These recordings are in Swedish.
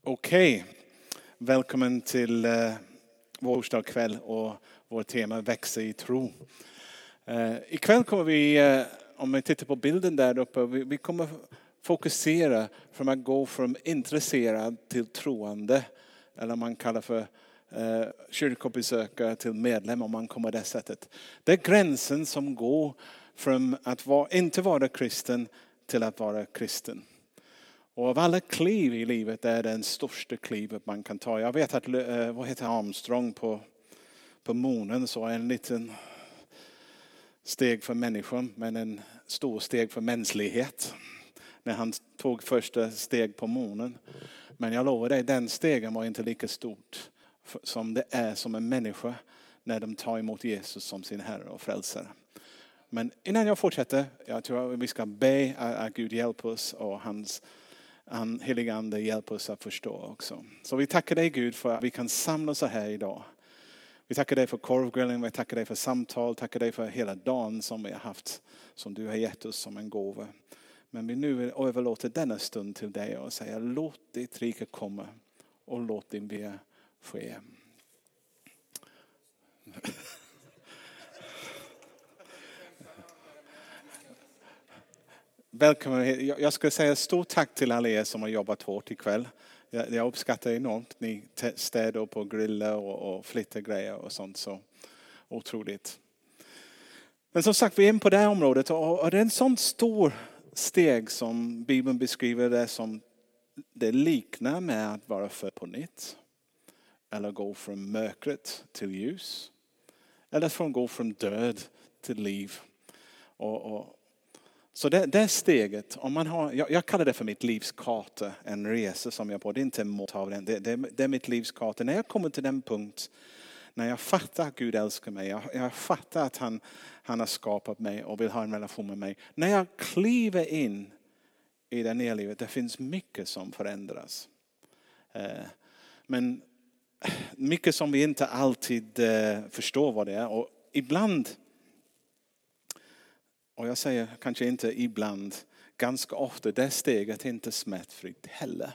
Okej, välkommen till vår torsdagskväll och vårt tema växa i tro. Ikväll kommer vi, om vi tittar på bilden där uppe, vi kommer fokusera från att gå från intresserad till troende. Eller man kallar för kyrkobesökare till medlem om man kommer det sättet. Det är gränsen som går från att inte vara kristen till att vara kristen. Och av alla kliv i livet är det den största klivet man kan ta. Jag vet att vad heter Armstrong på månen, så är en liten steg för människan men en stor steg för mänsklighet. När han tog första steg på månen. Men jag lovar dig, den stegen var inte lika stort som det är som en människa när de tar emot Jesus som sin Herre och frälsare. Men innan jag fortsätter, jag tror att vi ska be att Gud hjälper oss och hans heliga ande hjälper oss att förstå också. Så vi tackar dig Gud för att vi kan samlas så här idag. Vi tackar dig för korvgrillen, vi tackar dig för samtal, tackar dig för hela dagen som vi har haft, som du har gett oss som en gåva. Men vi nu överlåter denna stund till dig och säger låt ditt rike komma och låt din vilja ske. Välkommen. Jag ska säga stort tack till alla er som har jobbat hårt ikväll. Jag uppskattar enormt. Ni städar upp och grillar och flyttar grejer och sånt. Så otroligt. Men som sagt, vi är inne på det här området. Och det är en sån stor steg som Bibeln beskriver det som det liknar med att vara född på nytt. Eller gå från mörkret till ljus. Eller från gå från död till liv. Så det är steget. Om man har, jag kallar det för mitt livskarta. En resa som jag på. Det är inte en måttavlen. Det är mitt livskarta. När jag kommer till den punkt. När jag fattar att Gud älskar mig. Jag fattar att han har skapat mig och vill ha en relation med mig. När jag kliver in i det nya livet. Det finns mycket som förändras. Men mycket som vi inte alltid förstår vad det är. Och ibland. Och jag säger kanske inte ibland, ganska ofta, det steget är inte smärtfritt heller.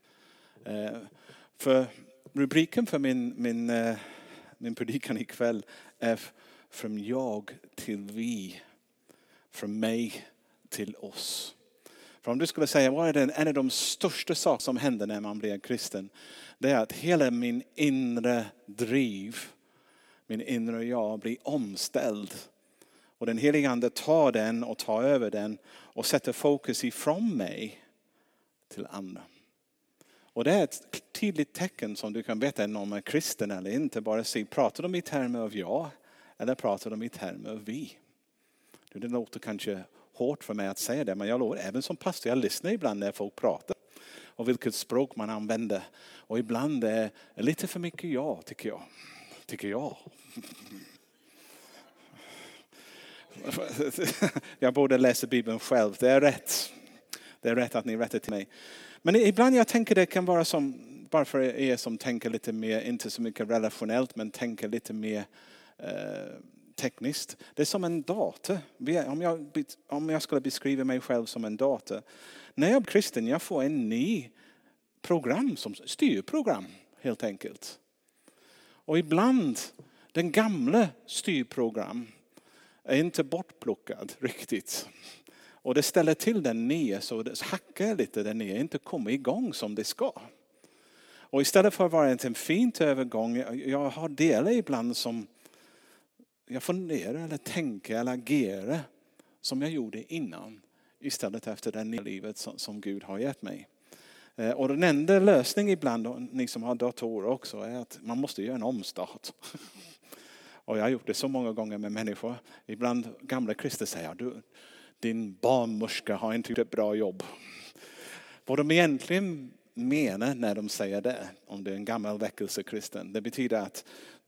För rubriken för min predikan ikväll är från jag till vi, från mig till oss. För om du skulle säga, vad är en av de största saker som händer när man blir kristen? Det är att hela min inre driv, min inre jag blir omställd. Och den heliga ande tar den och tar över den och sätter fokus ifrån mig till andra. Och det är ett tydligt tecken som du kan veta om är kristen eller inte. Bara se, pratar de i termer av jag eller pratar de i termer av vi? Det låter kanske hårt för mig att säga det, men jag lovar, även som pastor, jag lyssnar ibland när folk pratar. Och vilket språk man använder. Och ibland är det lite för mycket jag, tycker jag. Jag borde läsa Bibeln själv. Det är rätt att ni rättar till mig. Men ibland jag tänker det kan vara som, bara för er som tänker lite mer, inte så mycket relationellt, men tänker lite mer tekniskt. Det är som en dator. Om jag skulle beskriva mig själv som en dator. När jag är kristen, jag får en ny program, som styrprogram helt enkelt. Och ibland, den gamla styrprogram är inte bortplockad riktigt. Och det ställer till den nya, så det hackar lite den nya, inte kommer igång som det ska. Och istället för att vara en fint övergång, jag har delar ibland som jag funderar eller tänker eller agerar som jag gjorde innan. Istället efter det nya livet som Gud har gett mig. Och den enda lösningen ibland, ni som har datorer också, är att man måste göra en omstart. Och jag har gjort det så många gånger med människor. Ibland gamla kristna säger, din barnmorska har inte gjort ett bra jobb. Vad de egentligen menar när de säger det, om det är en gammal väckelsekristen, det betyder att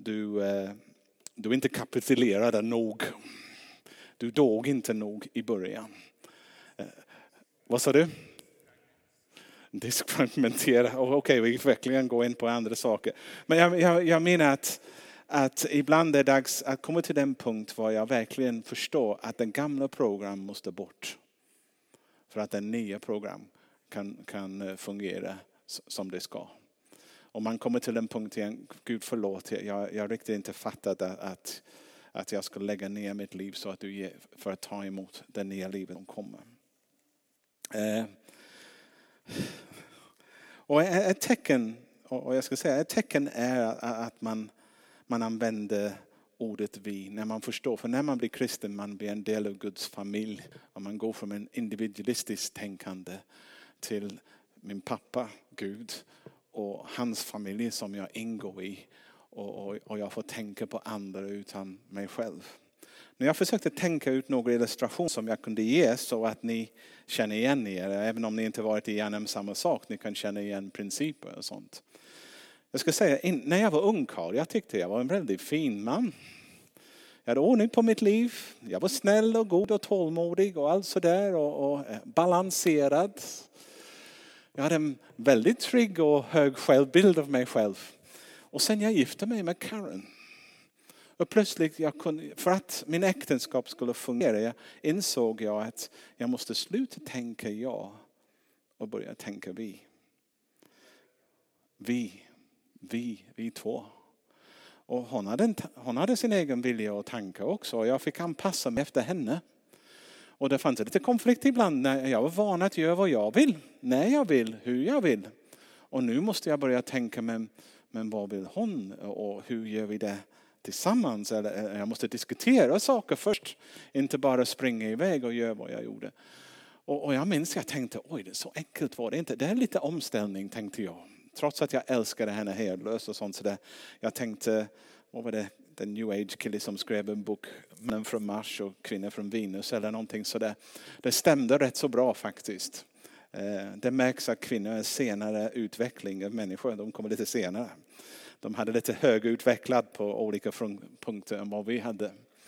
du inte kapitulerade nog. Du dog inte nog i början. Vad sa du? Diskfragmentera. Okej, vi verkligen gå in på andra saker. Men jag menar att ibland är det dags att komma till den punkt var jag verkligen förstår att den gamla program måste bort. För att den nya program kan fungera som det ska. Och man kommer till en punkt igen, Gud förlåt, jag riktigt inte fattat att jag ska lägga ner mitt liv så att du ger för att ta emot det nya livet som kommer. Och ett tecken, och jag ska säga ett tecken är att man använder ordet vi när man förstår. För när man blir kristen, man blir en del av Guds familj. Och man går från en individualistisk tänkande till min pappa, Gud, och hans familj som jag ingår i. Och jag får tänka på andra utan mig själv. När jag försökte tänka ut några illustrationer som jag kunde ge så att ni känner igen er. Även om ni inte varit igenom samma sak, ni kan känna igen principer och sånt. Jag ska säga, när jag var ungkarl, jag tyckte jag var en väldigt fin man. Jag hade ordning på mitt liv. Jag var snäll och god och tålmodig och allt sådär. Och balanserad. Jag hade en väldigt trygg och hög självbild av mig själv. Och sen jag gifte mig med Karen. Och plötsligt, för att min äktenskap skulle fungera, insåg jag att jag måste sluta tänka jag och börja tänka vi. Vi två. Och hon hade sin egen vilja och tankar också. Och jag fick anpassa mig efter henne. Och det fanns lite konflikt ibland när jag var van att göra vad jag vill. När jag vill, hur jag vill. Och nu måste jag börja tänka, men vad vill hon? Och hur gör vi det tillsammans? Eller jag måste diskutera saker först. Inte bara springa iväg och göra vad jag gjorde. Och jag minns, jag tänkte, oj, det är så enkelt var det inte. Det är lite omställning, tänkte jag. Trots att jag älskade henne hedlös och sånt. Så där. Jag tänkte, vad var det? Den New Age-kille som skrev en bok, Män från Mars och Kvinnor från Venus eller någonting sådär. Det stämde rätt så bra faktiskt. Det märks att kvinnor är senare utveckling av människor. De kommer lite senare. De hade lite högre utvecklat på olika punkter än vad vi hade.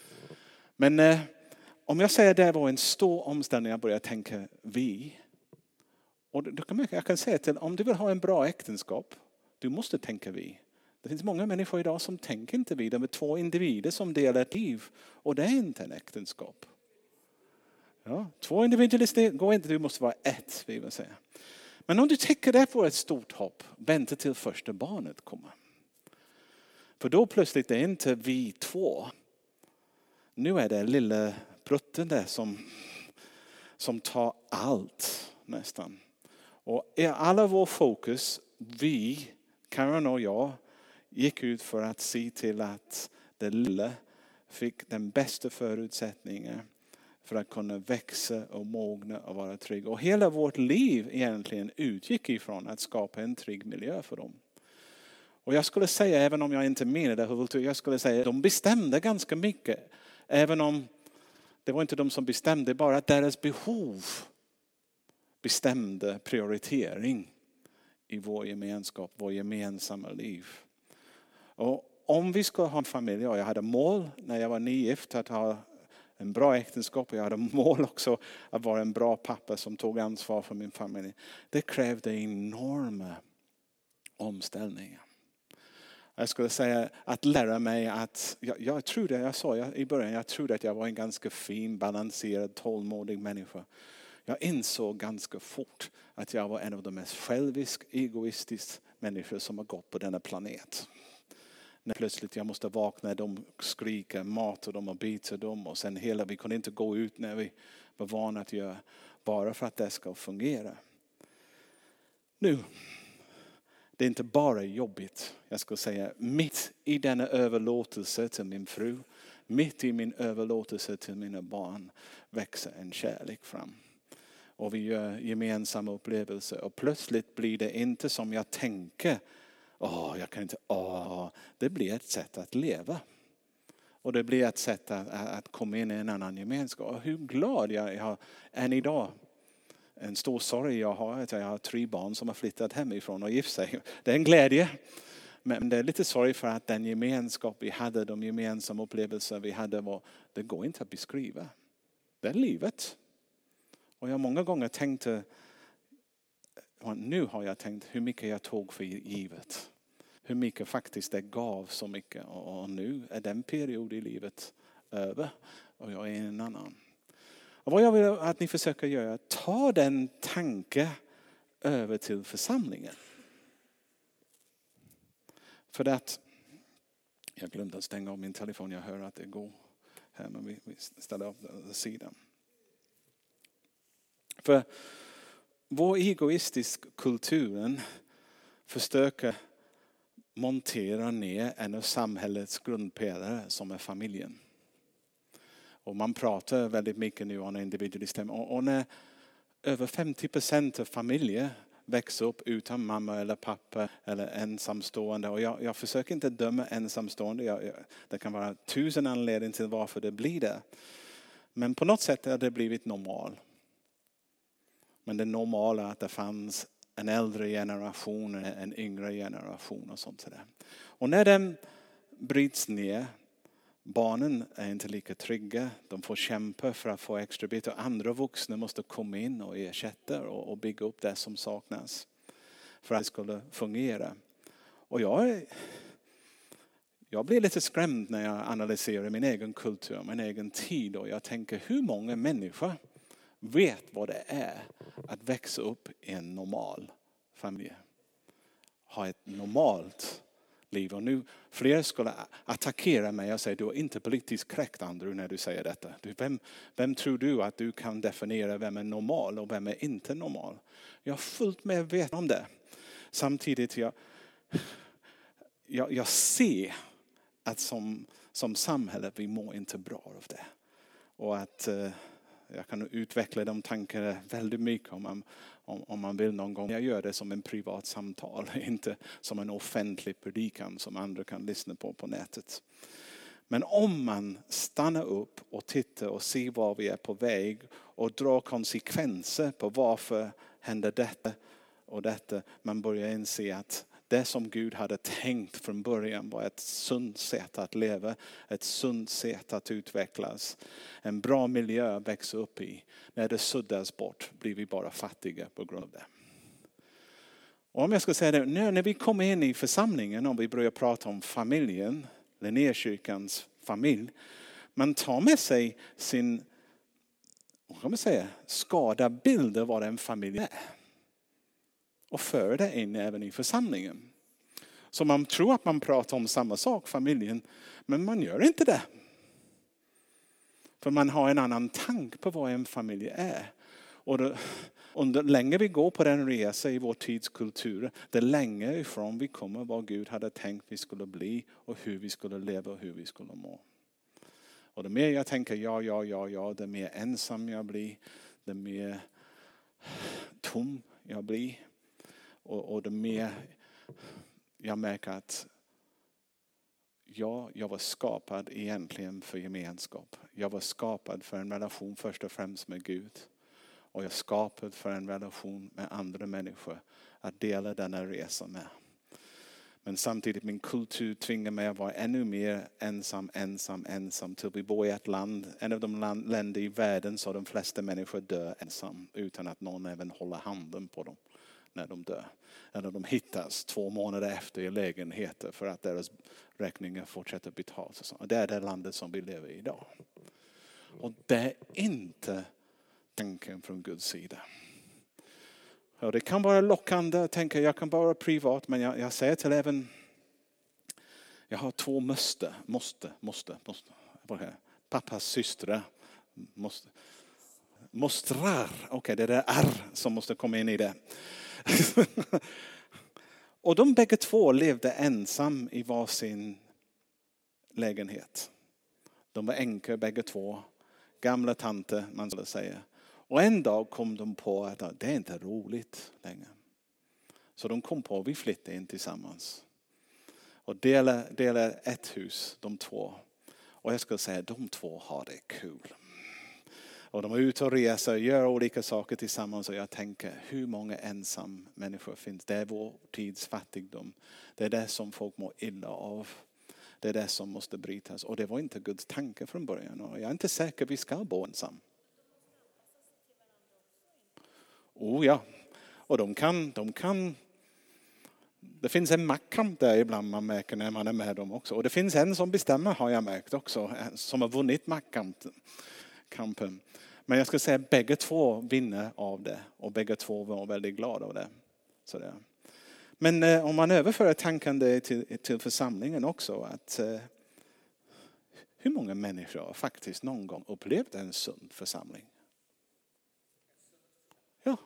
Men om jag säger att det var en stor omställning, jag började tänka vi. Och jag kan säga till, om du vill ha en bra äktenskap, du måste tänka vi. Det finns många människor idag som tänker inte vi. De är två individer som delar ett liv. Och det är inte en äktenskap. Ja, två individer går inte, du måste vara ett, vill jag säga. Men om du tycker det var ett stort hopp, vänta till första barnet kommer. För då plötsligt är det inte vi två. Nu är det lilla prutten där som tar allt nästan. Och i alla vår fokus, vi, Karen och jag, gick ut för att se till att det lilla fick den bästa förutsättningen för att kunna växa och mogna och vara trygg. Och hela vårt liv egentligen utgick ifrån att skapa en trygg miljö för dem. Och jag skulle säga, även om jag inte menar det, jag skulle säga att de bestämde ganska mycket. Även om det var inte de som bestämde, bara att deras behov bestämde prioritering i vår gemenskap, vår gemensamma liv. Och om vi ska ha en familj, och jag hade mål när jag var nygift att ha en bra äktenskap, och jag hade mål också att vara en bra pappa som tog ansvar för min familj. Det krävde enorma omställningar. Jag skulle säga att lära mig att, jag trodde, jag sa i början, jag trodde att jag var en ganska fin, balanserad, tålmodig människa. Jag insåg ganska fort att jag var en av de mest självisk, egoistiska människor som har gått på denna planet. När plötsligt jag måste vakna, de skriker, matar dem och biter dem. Och sen vi kunde inte gå ut när vi var vana att göra. Bara för att det ska fungera. Nu, det är inte bara jobbigt. Jag ska säga, mitt i denna överlåtelse till min fru. Mitt i min överlåtelse till mina barn växer en kärlek fram. Och vi gör gemensamma upplevelser. Och plötsligt blir det inte som jag tänker. Det blir ett sätt att leva. Och det blir ett sätt att komma in i en annan gemenskap. Och hur glad jag har än idag. En stor sorg jag har att jag har 3 barn som har flyttat hemifrån och gift sig. Det är en glädje. Men det är lite sorg för att den gemenskap vi hade, de gemensamma upplevelser vi hade, det går inte att beskriva. Det är livet. Och jag många gånger tänkte, nu har jag tänkt hur mycket jag tog för givet. Hur mycket faktiskt det gav så mycket. Och nu är den period i livet över. Och jag är i en annan. Och vad jag vill att ni försöker göra, ta den tanke över till församlingen. För att, jag glömde att stänga av min telefon, jag hör att det går här, men vi ställer upp sidan. För vår egoistiska kulturen försöker montera ner en av samhällets grundpelare som är familjen. Och man pratar väldigt mycket nu om individualism. Och när över 50% av familjer växer upp utan mamma eller pappa eller ensamstående. Och jag försöker inte döma ensamstående. Det kan vara 1000 anledningar till varför det blir det. Men på något sätt har det blivit normal. Men det normala är att det fanns en äldre generation, en yngre generation och sånt där. Och när den bryts ner, barnen är inte lika trygga. De får kämpa för att få extra bit. Och andra vuxna måste komma in och ersätta och bygga upp det som saknas. För att det skulle fungera. Och jag blir lite skrämd när jag analyserar min egen kultur, min egen tid. Och jag tänker, hur många människor vet vad det är att växa upp i en normal familj? Ha ett normalt liv. Och nu fler skulle attackera mig och säga, du är inte politiskt korrekt, Andrew, när du säger detta. Vem tror du att du kan definiera vem är normal och vem är inte normal? Jag är fullt medveten om det. Samtidigt jag ser att som samhälle vi mår inte bra av det. Och att jag kan utveckla de tankarna väldigt mycket om man vill någon gång. Jag gör det som en privat samtal, inte som en offentlig predikan som andra kan lyssna på nätet. Men om man stannar upp och tittar och ser var vi är på väg och drar konsekvenser på varför händer detta och detta, man börjar inse att det som Gud hade tänkt från början var ett sunt sätt att leva. Ett sunt sätt att utvecklas. En bra miljö att växa upp i. När det suddas bort blir vi bara fattiga på grund av det. Och om jag ska säga det, när vi kommer in i församlingen och vi börjar prata om familjen. Linnékyrkans familj. Man tar med sig sin skadade bild av vad en familj är. Och för det in även i församlingen. Så man tror att man pratar om samma sak, familjen. Men man gör inte det. För man har en annan tanke på vad en familj är. Och längre vi går på den resa i vår tids kultur, det längre ifrån vi kommer vad Gud hade tänkt vi skulle bli. Och hur vi skulle leva och hur vi skulle må. Och det mer jag tänker ja, det mer ensam jag blir. Det mer tom jag blir. Och det mer jag märker att jag var skapad egentligen för gemenskap. Jag var skapad för en relation först och främst med Gud. Och jag är skapad för en relation med andra människor. Att dela denna resa med. Men samtidigt min kultur tvingar mig att vara ännu mer ensam. Till vi bor i ett land, en av de länder i världen så de flesta människor dör ensam. Utan att någon även håller handen på dem. När de dör. Eller de hittas 2 månader efter i lägenheter för att deras räkningar fortsätter betalas. Det är det landet som vi lever i idag. Och det är inte tanken från Guds sida. Och det kan vara lockande att tänka jag kan vara privat, men jag säger till även jag har 2 måste. Pappas systrar mostrar. Okej, det är det R som måste komma in i det. Och de bägge 2 levde ensam i varsin lägenhet. De var änkor bägge 2. Gamla tanter man skulle säga. Och en dag kom de på att det är inte roligt längre. Så de kom på att vi flyttar in tillsammans. Och delar ett hus, de 2. Och jag skulle säga de 2 har det kul. Och de är ute och reser och gör olika saker tillsammans. Och jag tänker, hur många ensam människor finns? Det är vår tids fattigdom. Det är det som folk mår illa av. Det är det som måste brytas. Och det var inte Guds tanke från början. Och jag är inte säker att vi ska bo ensam. Oh ja. Och de kan. Det finns en maktkamp där ibland man märker när man är med dem också. Och det finns en som bestämmer har jag märkt också. Som har vunnit maktkampen. Men jag ska säga att bägge 2 vinner av det. Och bägge 2 var väldigt glada av det. Sådär. Men om man överför tanken till församlingen också. Att, hur många människor har faktiskt någon gång upplevt en sund församling? Ja.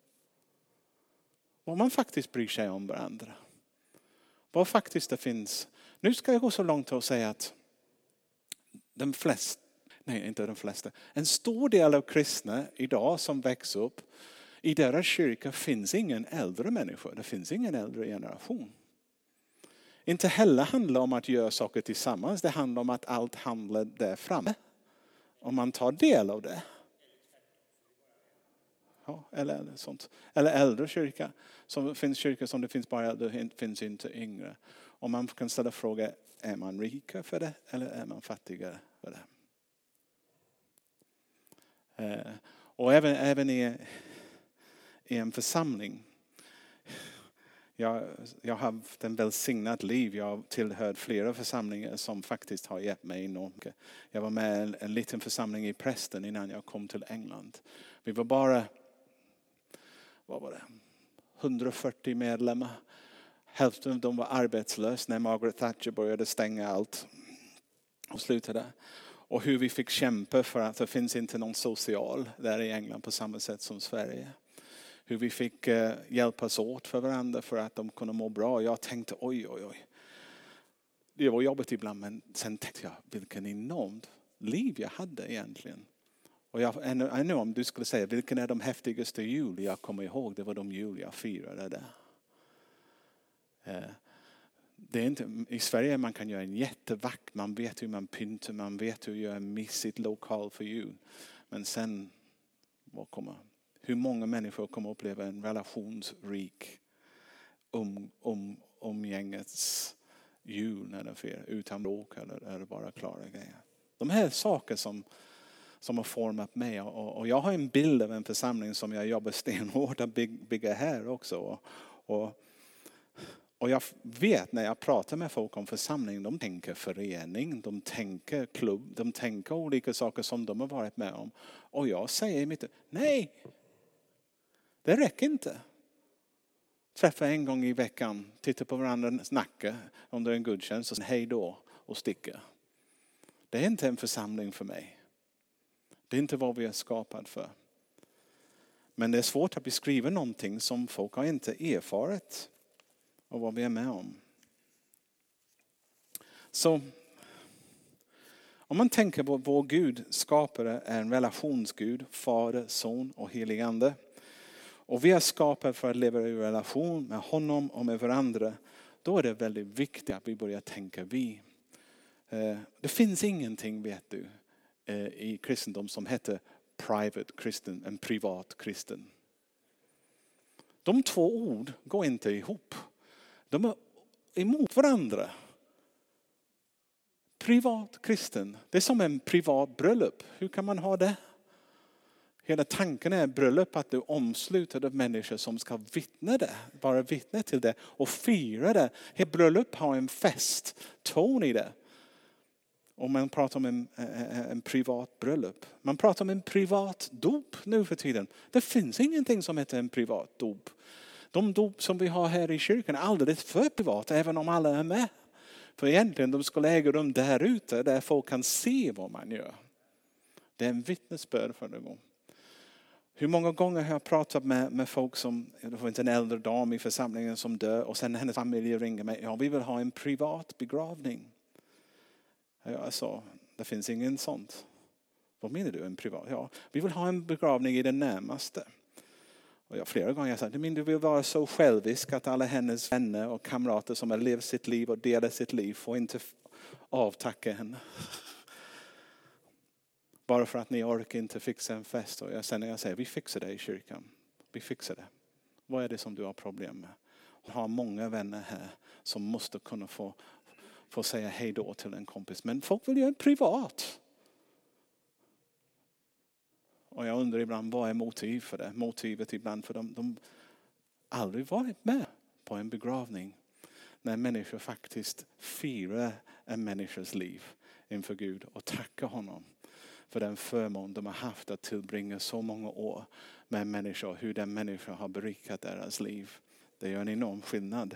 Vad man faktiskt bryr sig om varandra. Vad faktiskt det finns. Nu ska jag gå så långt och säga att en stor del av kristna idag som växer upp i deras kyrka finns ingen äldre människor. Det finns ingen äldre generation. Inte heller handlar om att göra saker tillsammans. Det handlar om att allt handlar där framme. Om man tar del av det. Ja, eller sånt. Eller äldre kyrka. Som finns kyrkor som det finns bara äldre, det finns inte yngre. Och man kan ställa frågan, är man rika för det eller är man fattigare för det? Och även i en församling. Jag har haft en välsignat liv. Jag har tillhört flera församlingar som faktiskt har gett mig enormt. Jag var med i en liten församling i Preston innan jag kom till England. Vi var bara 140 medlemmar. Hälften av dem var arbetslösa när Margaret Thatcher började stänga allt och slutade. Och hur vi fick kämpa för att det finns inte någon social där i England på samma sätt som Sverige. Hur vi fick hjälpas åt för varandra för att de kunde må bra. Jag tänkte oj. Det var jobbigt ibland, men sen tänkte jag vilken enormt liv jag hade egentligen. Och ännu om du skulle säga vilken är de häftigaste jul jag kommer ihåg, det var de jul jag firade där. Det är inte, i Sverige man kan göra en jättevack, man vet hur man pyntar, man vet hur man gör en mysigt lokal för jul. Men sen, hur många människor kommer uppleva en relationsrik umgängets jul när det sker utan bråk eller bara klara grejer. De här saker som har format mig. Och jag har en bild av en församling som jag jobbar stenhårt att bygga här också. Och jag vet när jag pratar med folk om församling, de tänker förening, de tänker klubb, de tänker olika saker som de har varit med om. Och jag säger i mitt, nej, det räcker inte. Träffa en gång i veckan, titta på varandra, snacka under en gudstjänst och säga hej då och sticka. Det är inte en församling för mig. Det är inte vad vi är skapad för. Men det är svårt att beskriva någonting som folk har inte erfarit av vad vi är med om. Så om man tänker på vår Gud skapare är en relationsgud, Fader, Son och helig ande. Och vi är skapade för att leva i relation med honom och med varandra. Då är det väldigt viktigt att vi börjar tänka vi. Det finns ingenting, vet du, i kristendom som heter private Christian, en privat kristen. De två ord går inte ihop. De är emot varandra. Privat kristen, det är som en privat bröllop. Hur kan man ha det? Hela tanken är bröllop att du omsluter de människor som ska vittna det. Bara vittna till det och fira det. Hela bröllop har en fest, ton i det. Och man pratar om en privat bröllop. Man pratar om en privat dop nu för tiden. Det finns ingenting som heter en privat dop. De dop som vi har här i kyrkan är alldeles för privata, även om alla är med. För egentligen de skulle äga rum där ute där folk kan se vad man gör. Det är en vittnesbörd för det. Hur många gånger har jag pratat med folk som, det var inte en äldre dam i församlingen som dör och sen hennes familj ringer mig. Ja, vi vill ha en privat begravning. Jag sa, det finns ingen sånt. Vad menar du en privat? Ja, vi vill ha en begravning i det närmaste. Och jag flera gånger sa, du vill vara så självisk att alla hennes vänner och kamrater som har levt sitt liv och delat sitt liv får inte avtacka henne. Bara för att ni orkar inte fixa en fest. Och sen när jag säger, vi fixar det i kyrkan. Vi fixar det. Vad är det som du har problem med? Jag har många vänner här som måste kunna få säga hej då till en kompis. Men folk vill göra en privat. Och jag undrar ibland, vad är motiv för det? Motivet ibland för de aldrig varit med på en begravning. När människor faktiskt firar en människas liv inför Gud och tackar honom för den förmån de har haft att tillbringa så många år med människor. Hur den människa har berikat deras liv. Det gör en enorm skillnad.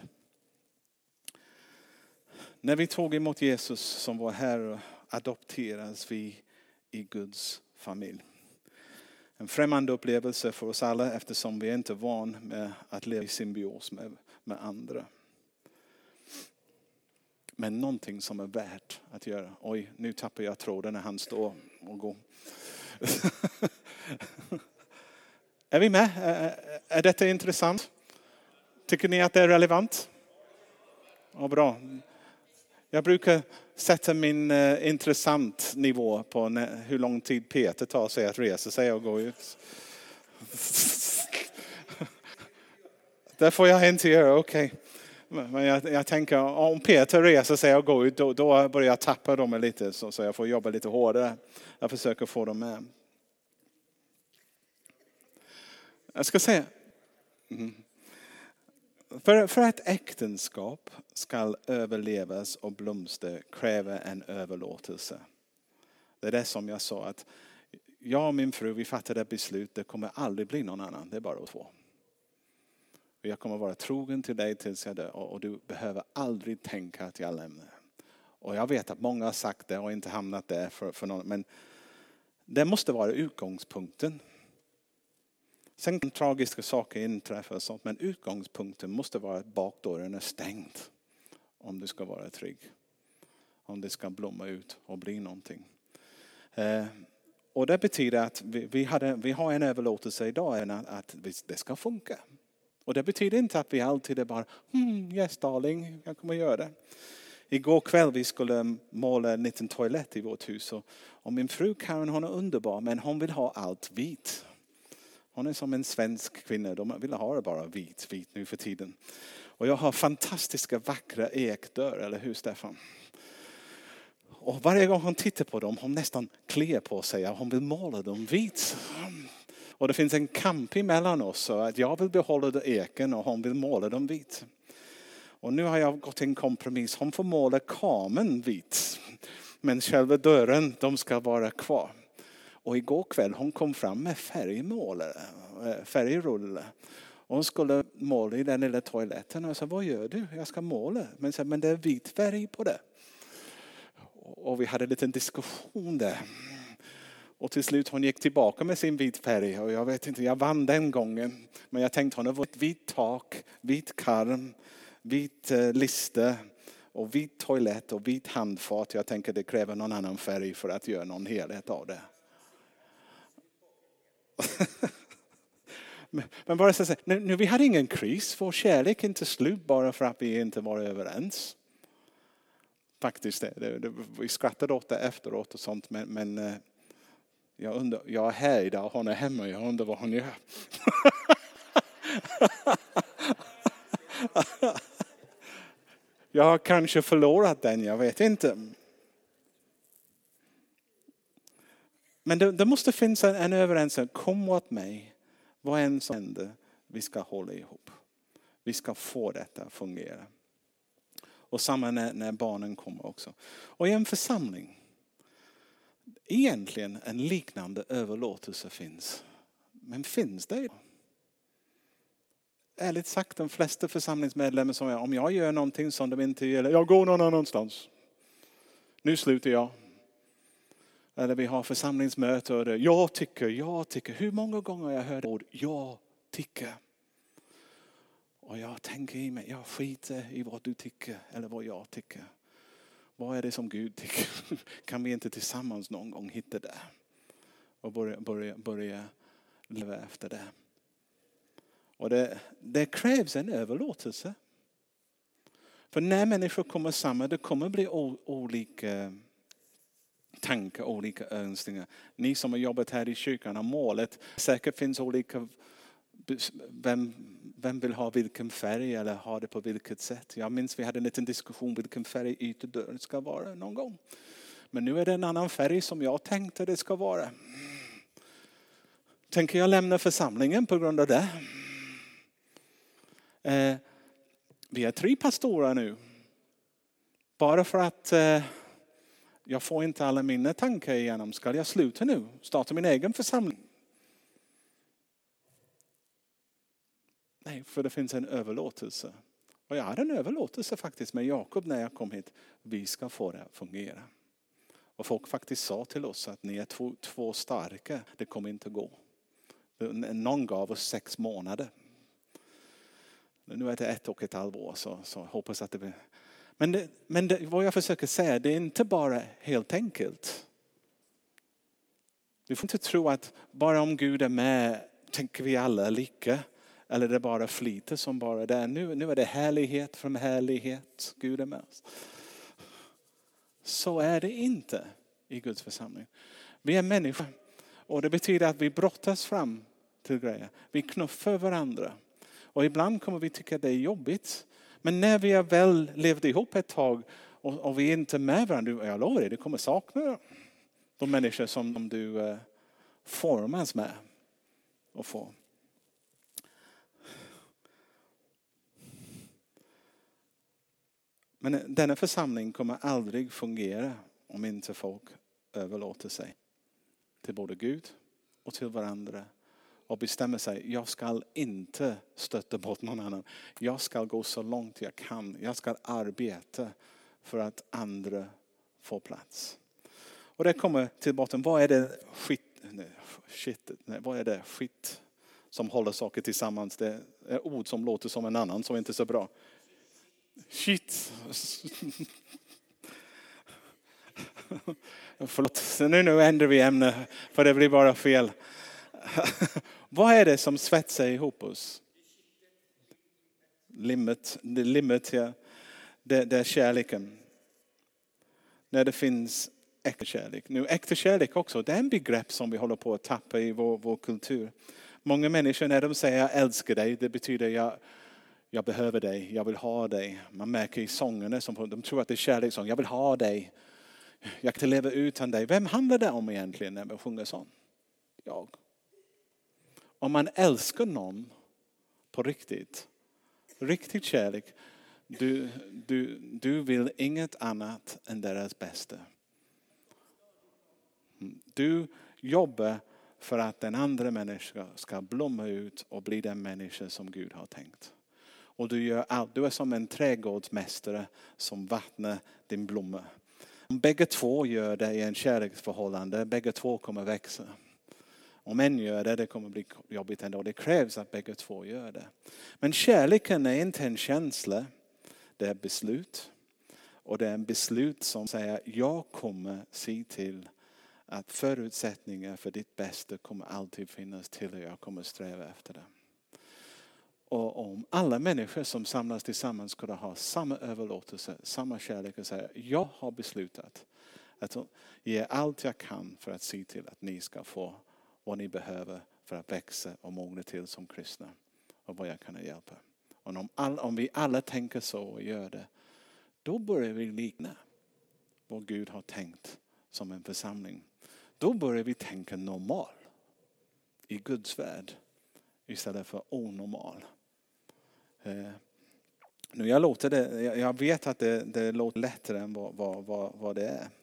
När vi tog emot Jesus som vår Herre adopteras vi i Guds familj. En främmande upplevelse för oss alla eftersom vi inte är van med att leva i symbios med andra. Men någonting som är värt att göra. Oj, nu tappar jag tråden när han står och går. Är vi med? Är detta intressant? Tycker ni att det är relevant? Ja, bra. Jag brukar sätta min intressant nivå på hur lång tid Peter tar sig att resa sig och gå ut. Det får jag inte göra, okej. Men jag tänker om Peter reser sig och går ut då börjar jag tappa dem lite så jag får jobba lite hårdare. Jag försöker få dem med. Jag ska säga. För att äktenskap ska överlevas och blomstra kräver en överlåtelse. Det är det som jag sa att jag och min fru vi fattade ett beslut. Det kommer aldrig bli någon annan. Det är bara två. Och jag kommer vara trogen till dig tills jag dör. Och du behöver aldrig tänka att jag lämnar. Och jag vet att många har sagt det och inte hamnat där för någon. Men det måste vara utgångspunkten. Sen kan tragiska saker inträffa och sånt. Men utgångspunkten måste vara att bakdörren är stängd. Om du ska vara trygg. Om det ska blomma ut och bli någonting. Och det betyder att vi har en överlåtelse idag att det ska funka. Och det betyder inte att vi alltid är bara yes darling, jag kommer göra det. Igår kväll vi skulle måla en liten toalett i vårt hus. Och min fru Karen hon är underbar men hon vill ha allt vitt. Hon är som en svensk kvinna. De vill ha det bara vit nu för tiden. Och jag har fantastiska vackra ekdörr, eller hur Stefan? Och varje gång hon tittar på dem, hon nästan kliar på sig. Hon vill måla dem vit. Och det finns en kamp emellan oss. Så att jag vill behålla eken och hon vill måla dem vit. Och nu har jag gått en kompromiss. Hon får måla kamen vit. Men själva dörren, de ska vara kvar. Och igår kväll hon kom fram med färgrulle. Och hon skulle måla i den lilla toaletten. Och jag sa, vad gör du? Jag ska måla. Men det är vit färg på det. Och vi hade en liten diskussion där. Och till slut hon gick tillbaka med sin vit färg. Och jag vet inte, jag vann den gången. Men jag tänkte hon har ett vit tak, vit karm, vit lista. Och vit toalett och vit handfat. Jag tänker det kräver någon annan färg för att göra någon helhet av det. Men bara så att säga, vi hade ingen kris. Vår kärlek är inte slut bara för att vi inte var överens. Faktiskt, vi skrattade åt det efteråt och sånt. Men jag är här idag och hon är hemma. Jag undrar vad hon gör. Jag har kanske förlorat den, jag vet inte. Men det måste finnas en överenskommelse. Kom åt mig. Vad än som händer, vi ska hålla ihop. Vi ska få detta att fungera. Och samma när barnen kommer också. Och i en församling. Egentligen en liknande överlåtelse finns. Men finns det? Ärligt sagt, de flesta församlingsmedlemmar som om jag gör någonting som de inte gillar. Jag går någon annanstans. Nu slutar jag. Eller vi har församlingsmöte och det. Jag tycker. Hur många gånger har jag hört ord jag tycker? Och jag tänker i mig, jag skiter i vad du tycker eller vad jag tycker. Vad är det som Gud tycker? Kan vi inte tillsammans någon gång hitta det? Och börja leva efter det. Och det krävs en överlåtelse. För när människor kommer samman, det kommer bli olika tankar, olika önskningar. Ni som har jobbat här i kyrkan har målet. Säkert finns olika, vem vill ha vilken färg eller ha det på vilket sätt. Jag minns vi hade en liten diskussion vilken färg yterdörren ska vara någon gång. Men nu är det en annan färg som jag tänkte det ska vara. Tänker jag lämna församlingen på grund av det? Vi är 3 pastorer nu. Bara för att jag får inte alla mina tankar igenom. Ska jag sluta nu? Starta min egen församling? Nej, för det finns en överlåtelse. Och jag hade en överlåtelse faktiskt med Jakob när jag kom hit. Vi ska få det att fungera. Och folk faktiskt sa till oss att ni är två starka. Det kommer inte gå. Någon gav oss 6 månader. Nu är det 1,5 år så hoppas att det blir. Men vad jag försöker säga, det är inte bara helt enkelt. Vi får inte tro att bara om Gud är med tänker vi alla lika. Eller det är bara flyter som bara det är. Nu är det härlighet från härlighet. Gud är med oss. Så är det inte i Guds församling. Vi är människor. Och det betyder att vi brottas fram till grejer. Vi knuffar varandra. Och ibland kommer vi tycka att det är jobbigt. Men när vi har väl levt ihop ett tag och vi är inte med varandra. Jag lovar dig, du kommer sakna de människor som du formas med. Och får. Men denna församling kommer aldrig fungera om inte folk överlåter sig till både Gud och till varandra. Och bestämmer sig, jag ska inte stötta bort någon annan. Jag ska gå så långt jag kan. Jag ska arbeta för att andra får plats. Och det kommer till botten, vad är det skit som håller saker tillsammans? Det är ord som låter som en annan som inte är så bra. Shit. Förlåt, så nu ändrar vi ämne för det blir bara fel. Vad är det som svetsar ihop oss? Limmet, ja. Det är kärleken. När det finns äkta kärlek. Nu äkta kärlek också, det är en begrepp som vi håller på att tappa i vår kultur. Många människor när de säger jag älskar dig, det betyder jag behöver dig, jag vill ha dig. Man märker i sångerna som de tror att det är kärlekssång. Jag vill ha dig. Jag kan leva utan dig. Vem handlar det om egentligen när man sjunger sång? Jag. Om man älskar någon på riktigt kärlek, du vill inget annat än deras bästa. Du jobbar för att den andra människan ska blomma ut och bli den människa som Gud har tänkt. Och du gör allt. Du är som en trädgårdsmästare som vattnar din blomma. Om bägge två gör det i en kärleksförhållande, bägge två kommer växa. Om en gör det kommer bli jobbigt ändå. Det krävs att bägge två gör det. Men kärleken är inte en känsla. Det är beslut. Och det är en beslut som säger jag kommer se till att förutsättningar för ditt bästa kommer alltid finnas till och jag kommer sträva efter det. Och om alla människor som samlas tillsammans skulle ha samma överlåtelse, samma kärlek och säga jag har beslutat att ge allt jag kan för att se till att ni ska få vad ni behöver för att växa och mogna till som kristna. Och vad jag kan hjälpa. Och om vi alla tänker så och gör det, då börjar vi likna vad Gud har tänkt som en församling. Då börjar vi tänka normal i Guds värld istället för onormal. Nu jag vet att det låter lättare än vad det är.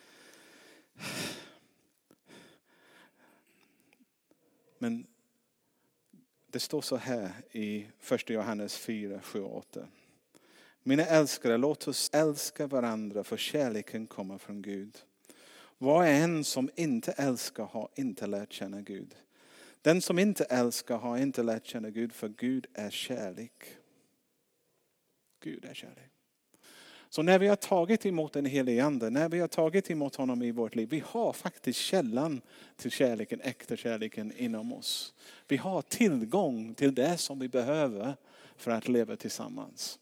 Men det står så här i 1 Johannes 4, 7 och 8. Mina älskare, låt oss älska varandra för kärleken kommer från Gud. Var och en som inte älskar har inte lärt känna Gud. Den som inte älskar har inte lärt känna Gud, för Gud är kärlek. Gud är kärlek. Så när vi har tagit emot den helige ande, när vi har tagit emot honom i vårt liv, vi har faktiskt källan till kärleken, äkta kärleken inom oss. Vi har tillgång till det som vi behöver för att leva tillsammans.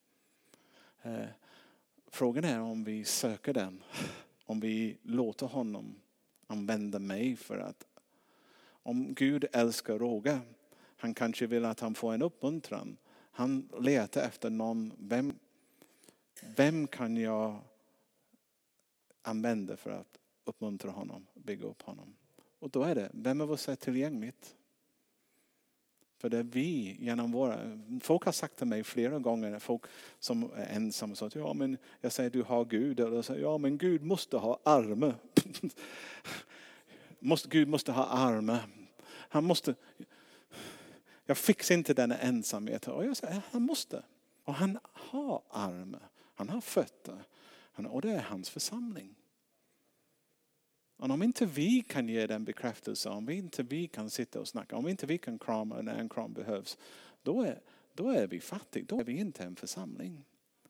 Frågan är om vi söker den. Om vi låter honom använda mig för att om Gud älskar Roger, han kanske vill att han får en uppmuntran. Han letar efter någon, vem kan jag använda för att uppmuntra honom, bygga upp honom. Och då är det, vem av oss är tillgängligt? För det är vi genom folk har sagt till mig flera gånger, folk som är ensamma sa att ja men jag säger du har Gud, och jag säger ja men Gud måste ha armar. Gud måste ha armar. Han måste. Jag fixar inte denna ensamhet. Och jag säger, han måste. Och han har armar. Han har fötter. Och det är hans församling. Och om inte vi kan ge den bekräftelse, om inte vi kan sitta och snacka, om inte vi kan krama när en kram behövs, då är vi fattiga. Då är vi inte en församling.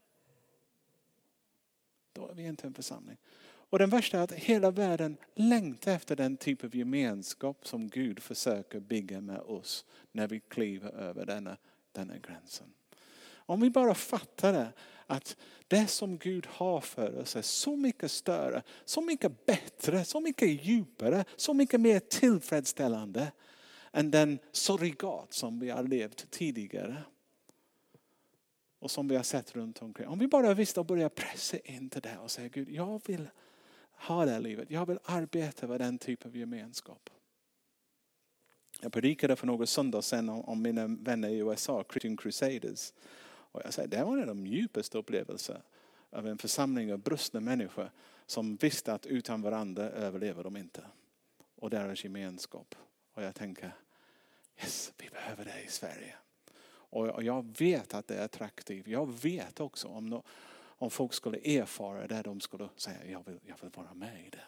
Då är vi inte en församling. Och den värsta är att hela världen längtar efter den typ av gemenskap som Gud försöker bygga med oss när vi kliver över denna gränsen. Om vi bara fattar det, att det som Gud har för oss är så mycket större, så mycket bättre, så mycket djupare, så mycket mer tillfredsställande än den surrogat som vi har levt tidigare. Och som vi har sett runt omkring. Om vi bara visste och börja pressa in till det och säga, Gud, jag vill ha det här livet. Jag vill arbeta med den typen av gemenskap. Jag predikade för några söndagar sedan om mina vänner i USA, Christian Crusaders. Och jag säger, det var en av de djupaste upplevelser av en församling av brustna människor som visste att utan varandra överlever de inte. Och deras gemenskap. Och jag tänker, yes, vi behöver det i Sverige. Och jag vet att det är attraktivt. Jag vet också om folk skulle erfara det, de skulle säga, jag vill vara med i det.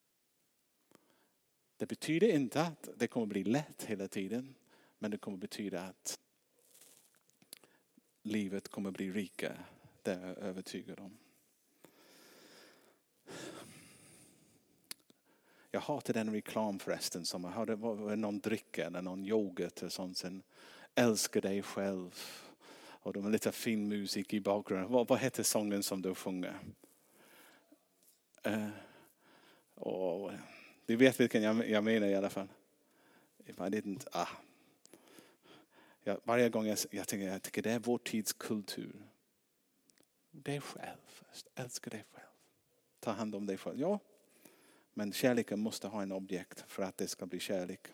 Det betyder inte att det kommer bli lätt hela tiden. Men det kommer betyda att livet kommer bli rikare. Det är jag övertygad om. Jag hatar den reklam förresten som jag hade, var någon dricka eller någon yoghurt och sånt. Sen, älska dig själv. Och de har lite fin musik i bakgrunden. Vad heter sången som du sjunger? Du vet vilken jag menar i alla fall. Varje gång jag tycker det är vår tids kultur. Dig själv först. Älska dig själv. Ta hand om dig själv. Ja, men kärleken måste ha en objekt för att det ska bli kärlek.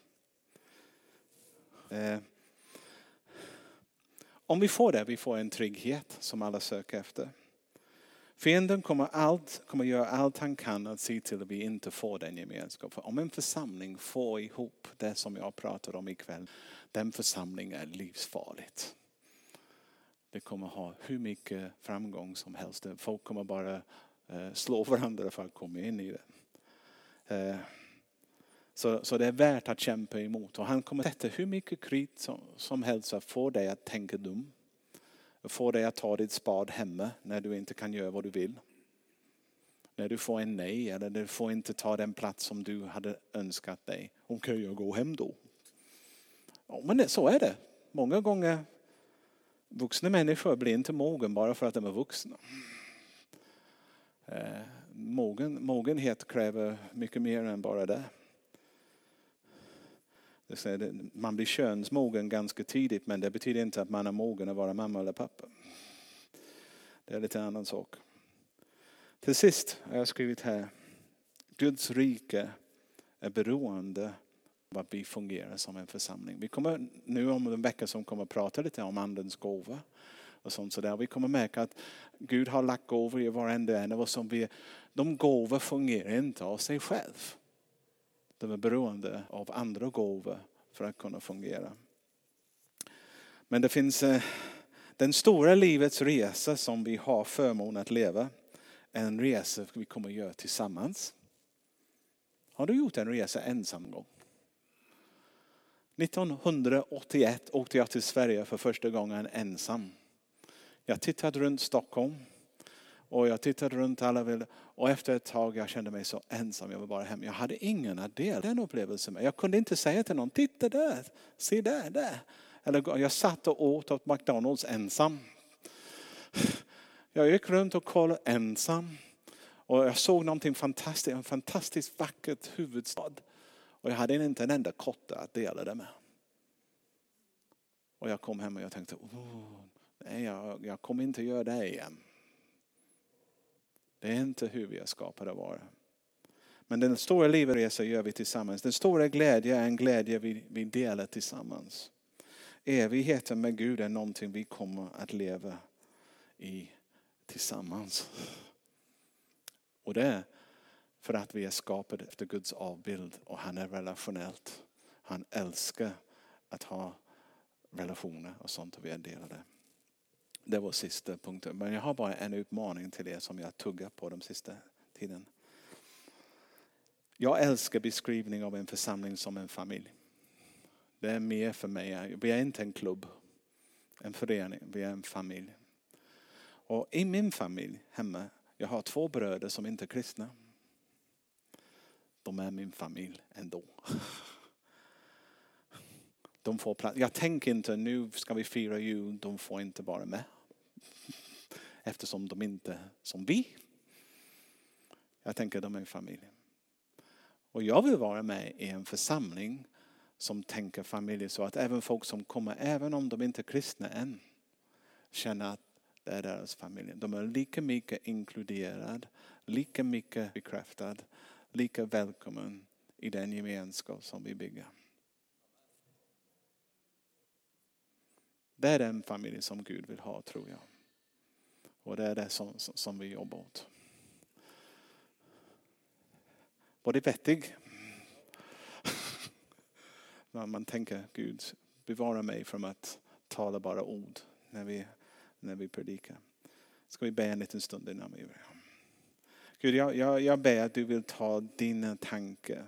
Om vi får det, vi får en trygghet som alla söker efter. Fienden kommer göra allt han kan att se till att vi inte får den gemenskap. För om en församling får ihop det som jag pratar om ikväll, den församlingen är livsfarligt. Det kommer ha hur mycket framgång som helst. Folk kommer bara slå varandra för att komma in i det. Så det är värt att kämpa emot. Och han kommer sätta hur mycket krit som helst för att få dig att tänka dum. Få dig att ta ditt spad hemma när du inte kan göra vad du vill. När du får en nej eller du får inte ta den plats som du hade önskat dig. Okej, jag går hem då. Ja, men så är det. Många gånger vuxna människor blir inte mogen bara för att de är vuxna. Mogenhet kräver mycket mer än bara det. Man blir könsmogen ganska tidigt, men det betyder inte att man är mogen att vara mamma eller pappa. Det är lite annan sak. Till sist har jag skrivit här. Guds rike är beroende av att vi fungerar som en församling. Vi kommer nu om en vecka som kommer att prata lite om andens gåva. Och sånt så där. Vi kommer märka att Gud har lagt gåvor i varenda en av oss. De gåvor fungerar inte av sig själv. De är beroende av andra gåvor för att kunna fungera. Men det finns den stora livets resa som vi har förmån att leva. En resa vi kommer att göra tillsammans. Har du gjort en resa ensam gång? 1981 åkte jag till Sverige för första gången ensam. Jag tittade runt Stockholm. Och jag tittade runt alla. Och efter ett tag jag kände mig så ensam. Jag var bara hem. Jag hade ingen att dela den upplevelsen med. Jag kunde inte säga till någon. Titta där. Se där. Eller jag satt och åt McDonalds ensam. Jag gick runt och kollade ensam. Och jag såg någonting fantastiskt. En fantastiskt vackert huvudstad. Och jag hade inte en enda kotte att dela det med. Och jag kom hem och jag tänkte. Nej, jag kommer inte göra det igen. Det är inte hur vi är skapade att vara. Men den stora livsresan gör vi tillsammans. Den stora glädje är en glädje vi delar tillsammans. Evigheten med Gud är någonting vi kommer att leva i tillsammans. Och det är för att vi är skapade efter Guds avbild. Och han är relationellt. Han älskar att ha relationer och sånt och vi är delade. Det var sista punkten. Men jag har bara en utmaning till er som jag tuggar på de sista tiden. Jag älskar beskrivning av en församling som en familj. Det är mer för mig. Vi är inte en klubb, en förening. Vi är en familj. Och i min familj hemma, jag har 2 bröder som inte är kristna. De är min familj ändå. De får plats. Jag tänker inte nu ska vi fira jul. De får inte vara med. Eftersom de inte som vi. Jag tänker de är en familj. Och jag vill vara med i en församling som tänker familj så att även folk som kommer, även om de inte är kristna än, känner att det är deras familj. De är lika mycket inkluderade, lika mycket bekräftad, lika välkommen i den gemenskap som vi bygger. Det är den familj som Gud vill ha, tror jag. Och det är det som vi jobbar åt. Var det vettig? När man tänker, Gud, bevara mig från att tala bara ord när vi predikar. Ska vi be en liten stund innan vi börjar? Gud, jag ber att du vill ta dina tankar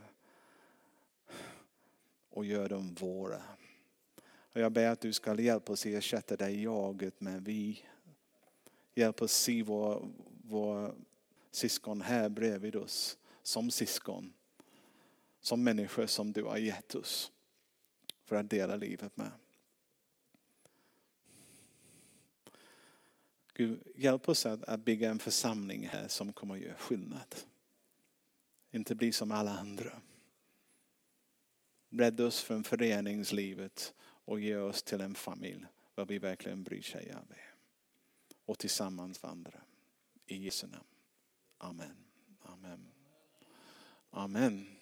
och göra dem våra. Och jag ber att du ska hjälpa oss att ersätta det jaget med vi. Hjälp oss se vår syskon här bredvid oss som syskon. Som människor som du har gett oss för att dela livet med. Gud, hjälp oss att bygga en församling här som kommer att göra skillnad. Inte bli som alla andra. Rädda oss från föreningslivet och ge oss till en familj där vi verkligen bryr sig av det. Och tillsammans vandra. I Jesu namn. Amen. Amen. Amen.